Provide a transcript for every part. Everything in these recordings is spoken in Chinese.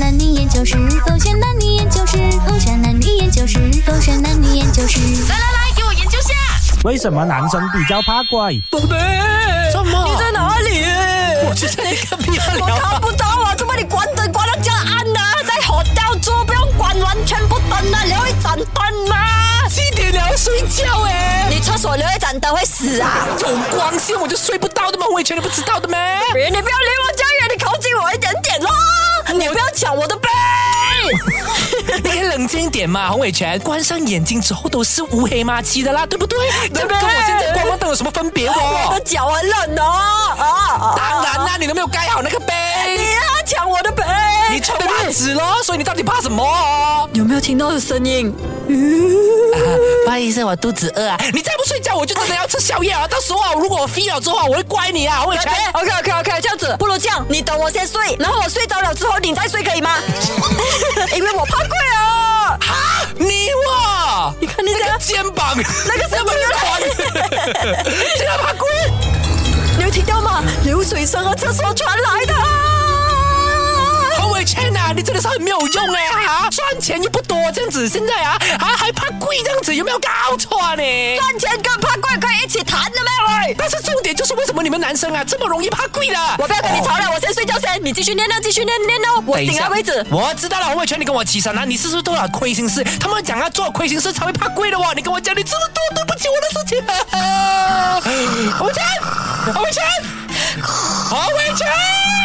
男女研究室，狗选男女研究室，狗选男女研究室，狗选男女研究室。 来，给我研究下。 为什么男生比较怕鬼？ 宝贝， 什么？ 你在哪里？ 我就在那个边我看不到啊！怎么你关灯关到这样暗啊？在hotel做不用关，完全不灯啊！留一盏灯吗？ 几点了要睡觉哎？ 你厕所留一盏灯会死啊？ 有光线我就睡不到的吗？我以前你不知道的咩？ 你不要离我这样远，你靠近我一点点咯！你不要抢我的杯！ 你可以冷静一点嘛，洪伟全。关上眼睛之后都是乌黑麻漆的啦，对不对？这跟我现在光光灯有什么分别哦？ 我的脚很冷哦！ 当然啦，你都没有盖好那个杯。 你要抢我的杯！ 你穿袜子咯，所以你到底怕什么哦？ 有没有听到的声音？ 不好意思，我肚子饿啊！你再不睡觉，我就真的要吃宵夜了。到时候啊，如果我飞了之后，我会怪你啊，洪伟全。 OK， 这样子，不如这样，你等我先睡，然后我睡着了之后你再睡，可以吗？因为我怕鬼啊！ 哈，你哇！ 你看你这个肩膀， 那个什么宽，这个怕鬼。 你有听到吗？流水声和厕所传来的。 洪伟全啊，你真的是很没有用哎哈！赚钱又不多，这样子现在啊还怕贵这样子，有没有搞错啊你？ 赚钱跟怕贵可以一起谈的咩喂？ 但是重点就是为什么你们男生啊这么容易怕贵的？ 我不要跟你吵了，我先睡觉先，你继续念哦，我醒来为止。 我知道了，洪伟全，你跟我起身啊！你是不是都有亏心事？他们讲啊，做亏心事才会怕贵的哦。你跟我讲，你这么多对不起我的事情。洪伟全，洪伟全。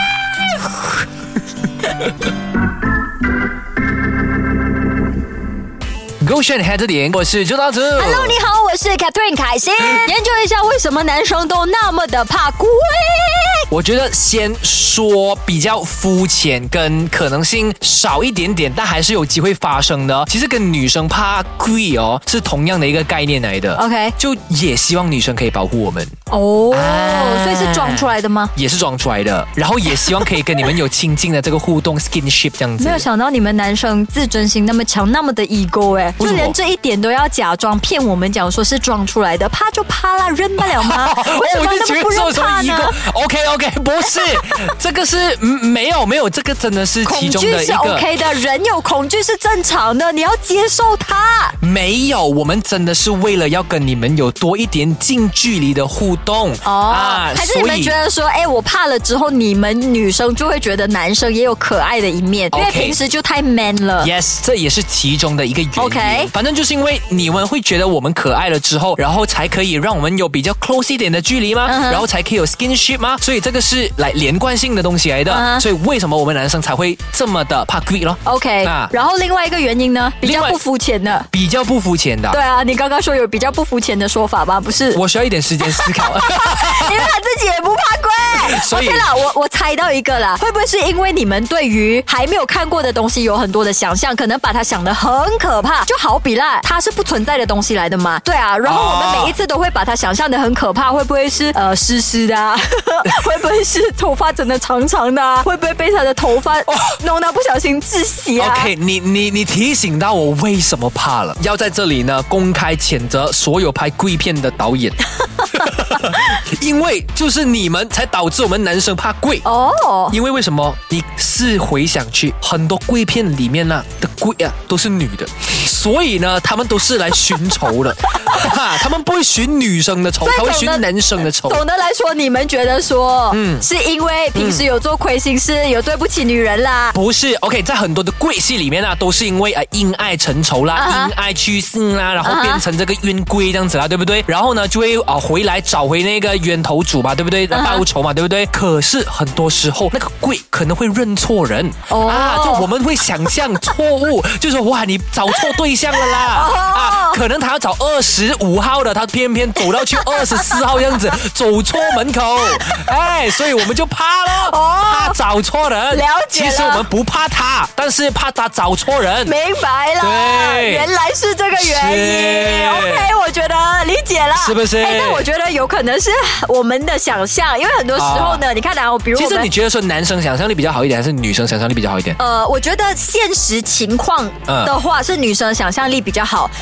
勾选黑着点，我是周大子。 Hello， 你好，我是 Catherine 凯欣。研究一下为什么男生都那么的怕鬼。 我觉得先说比较肤浅跟可能性少一点点，但还是有机会发生的。其实跟女生怕鬼哦是同样的一个概念来的。 OK， 就也希望女生可以保护我们。 哦，所以是装出来的吗？ 也是装出来的，然后也希望可以跟你们有亲近的这个互动 skinship 这样子。 没有想到你们男生自尊心那么强，那么的 ego 哎，就连这一点都要假装骗我们讲说是装出来的，怕就怕啦，认不了吗？为什么那么不认怕呢 ？OK， 不是，这个是没有，这个真的是其中的一个。 恐惧是 OK 的，人有恐惧是正常的，你要接受它。 没有，我们真的是为了要跟你们有多一点近距离的互动还是你们觉得说，我怕了之后，你们女生就会觉得男生也有可爱的一面，因为平时就太 man 了。 Yes， 这也是其中的一个原因。 OK， 反正就是因为你们会觉得我们可爱了之后，然后才可以让我们有比较 close 一点的距离吗？然后才可以有 skinship 吗？所以这个是来连贯性的东西来的。所以为什么我们男生才会这么的怕鬼咯 ？OK， 然后另外一个原因呢，比较不肤浅的。 比较不肤浅的。 对啊，你刚刚说有比较不肤浅的说法吧？不是， 我需要一点时间思考。 因为他自己也不怕鬼。 所以 OK 啦，我猜到一个啦，会不会是因为你们对于还没有看过的东西有很多的想象，可能把它想得很可怕？就好比啦，它是不存在的东西来的嘛？对啊，然后我们每一次都会把它想象得很可怕，会不会是湿湿的啊？会不会是头发真的长长的啊？会不会被他的头发弄到不小心窒息啊 ？OK， 你提醒到我为什么怕了，要在这里呢公开谴责所有拍鬼片的导演。因为就是你们才导致我们男生怕鬼哦。因为为什么？你试回想去，很多鬼片里面的鬼啊都是女的，所以呢，他们都是来寻仇的。他们不会寻女生的仇，他会寻男生的仇。 总的来说，你们觉得说，是因为平时有做亏心事，有对不起女人啦？ 不是 ，OK， 在很多的鬼戏里面啊，都是因为因爱成仇啦，因爱去世啦，然后变成这个冤鬼这样子啦，对不对？然后呢，就会回来找回那个冤头主嘛，对不对？报仇嘛，对不对？可是很多时候那个鬼可能会认错人就我们会想象错误，就说哇，你找错对象了啦可能他要找25号的，他偏偏走到去24号这样子，走错门口，所以我们就怕咯，怕找错人。 了解了， 其实我们不怕他，但是怕他找错人。 明白了，对，原来是这个原因。OK， 我觉得理解了， 是不是？ 但我觉得有可能是我们的想象，因为很多时候呢，你看比如其实你觉得说男生想象力比较好一点，还是女生想象力比较好一点？ 我觉得现实情况的话是女生想象力比较好，就好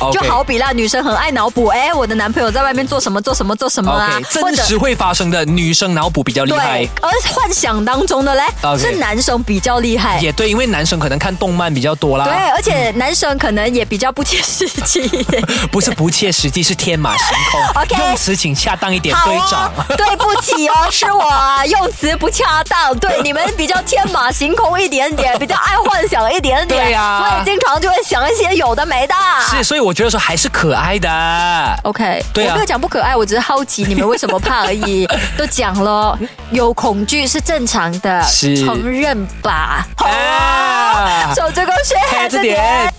比啦，女生很爱脑补，哎，我的男朋友在外面做什么啊 OK， 真实会发生的女生脑补比较厉害。 对，而幻想当中的嘞是男生比较厉害。 也对，因为男生可能看动漫比较多啦。 对，而且男生可能也比较不切实际一点。 不是不切实际，是天马行空。 OK， 用词请恰当一点，队长。 对不起哦，是我用词不恰当。对，你们比较天马行空一点点，比较爱幻想一点点。 对呀， 所以经常就会想一些有的没的。 是，所以我觉得说还是可爱的。 OK， 对啊， 我没有讲不可爱，我只是好奇你们为什么怕而已。都讲了，有恐惧是正常的， 是承认吧。 好啊， 守这个学黑着点。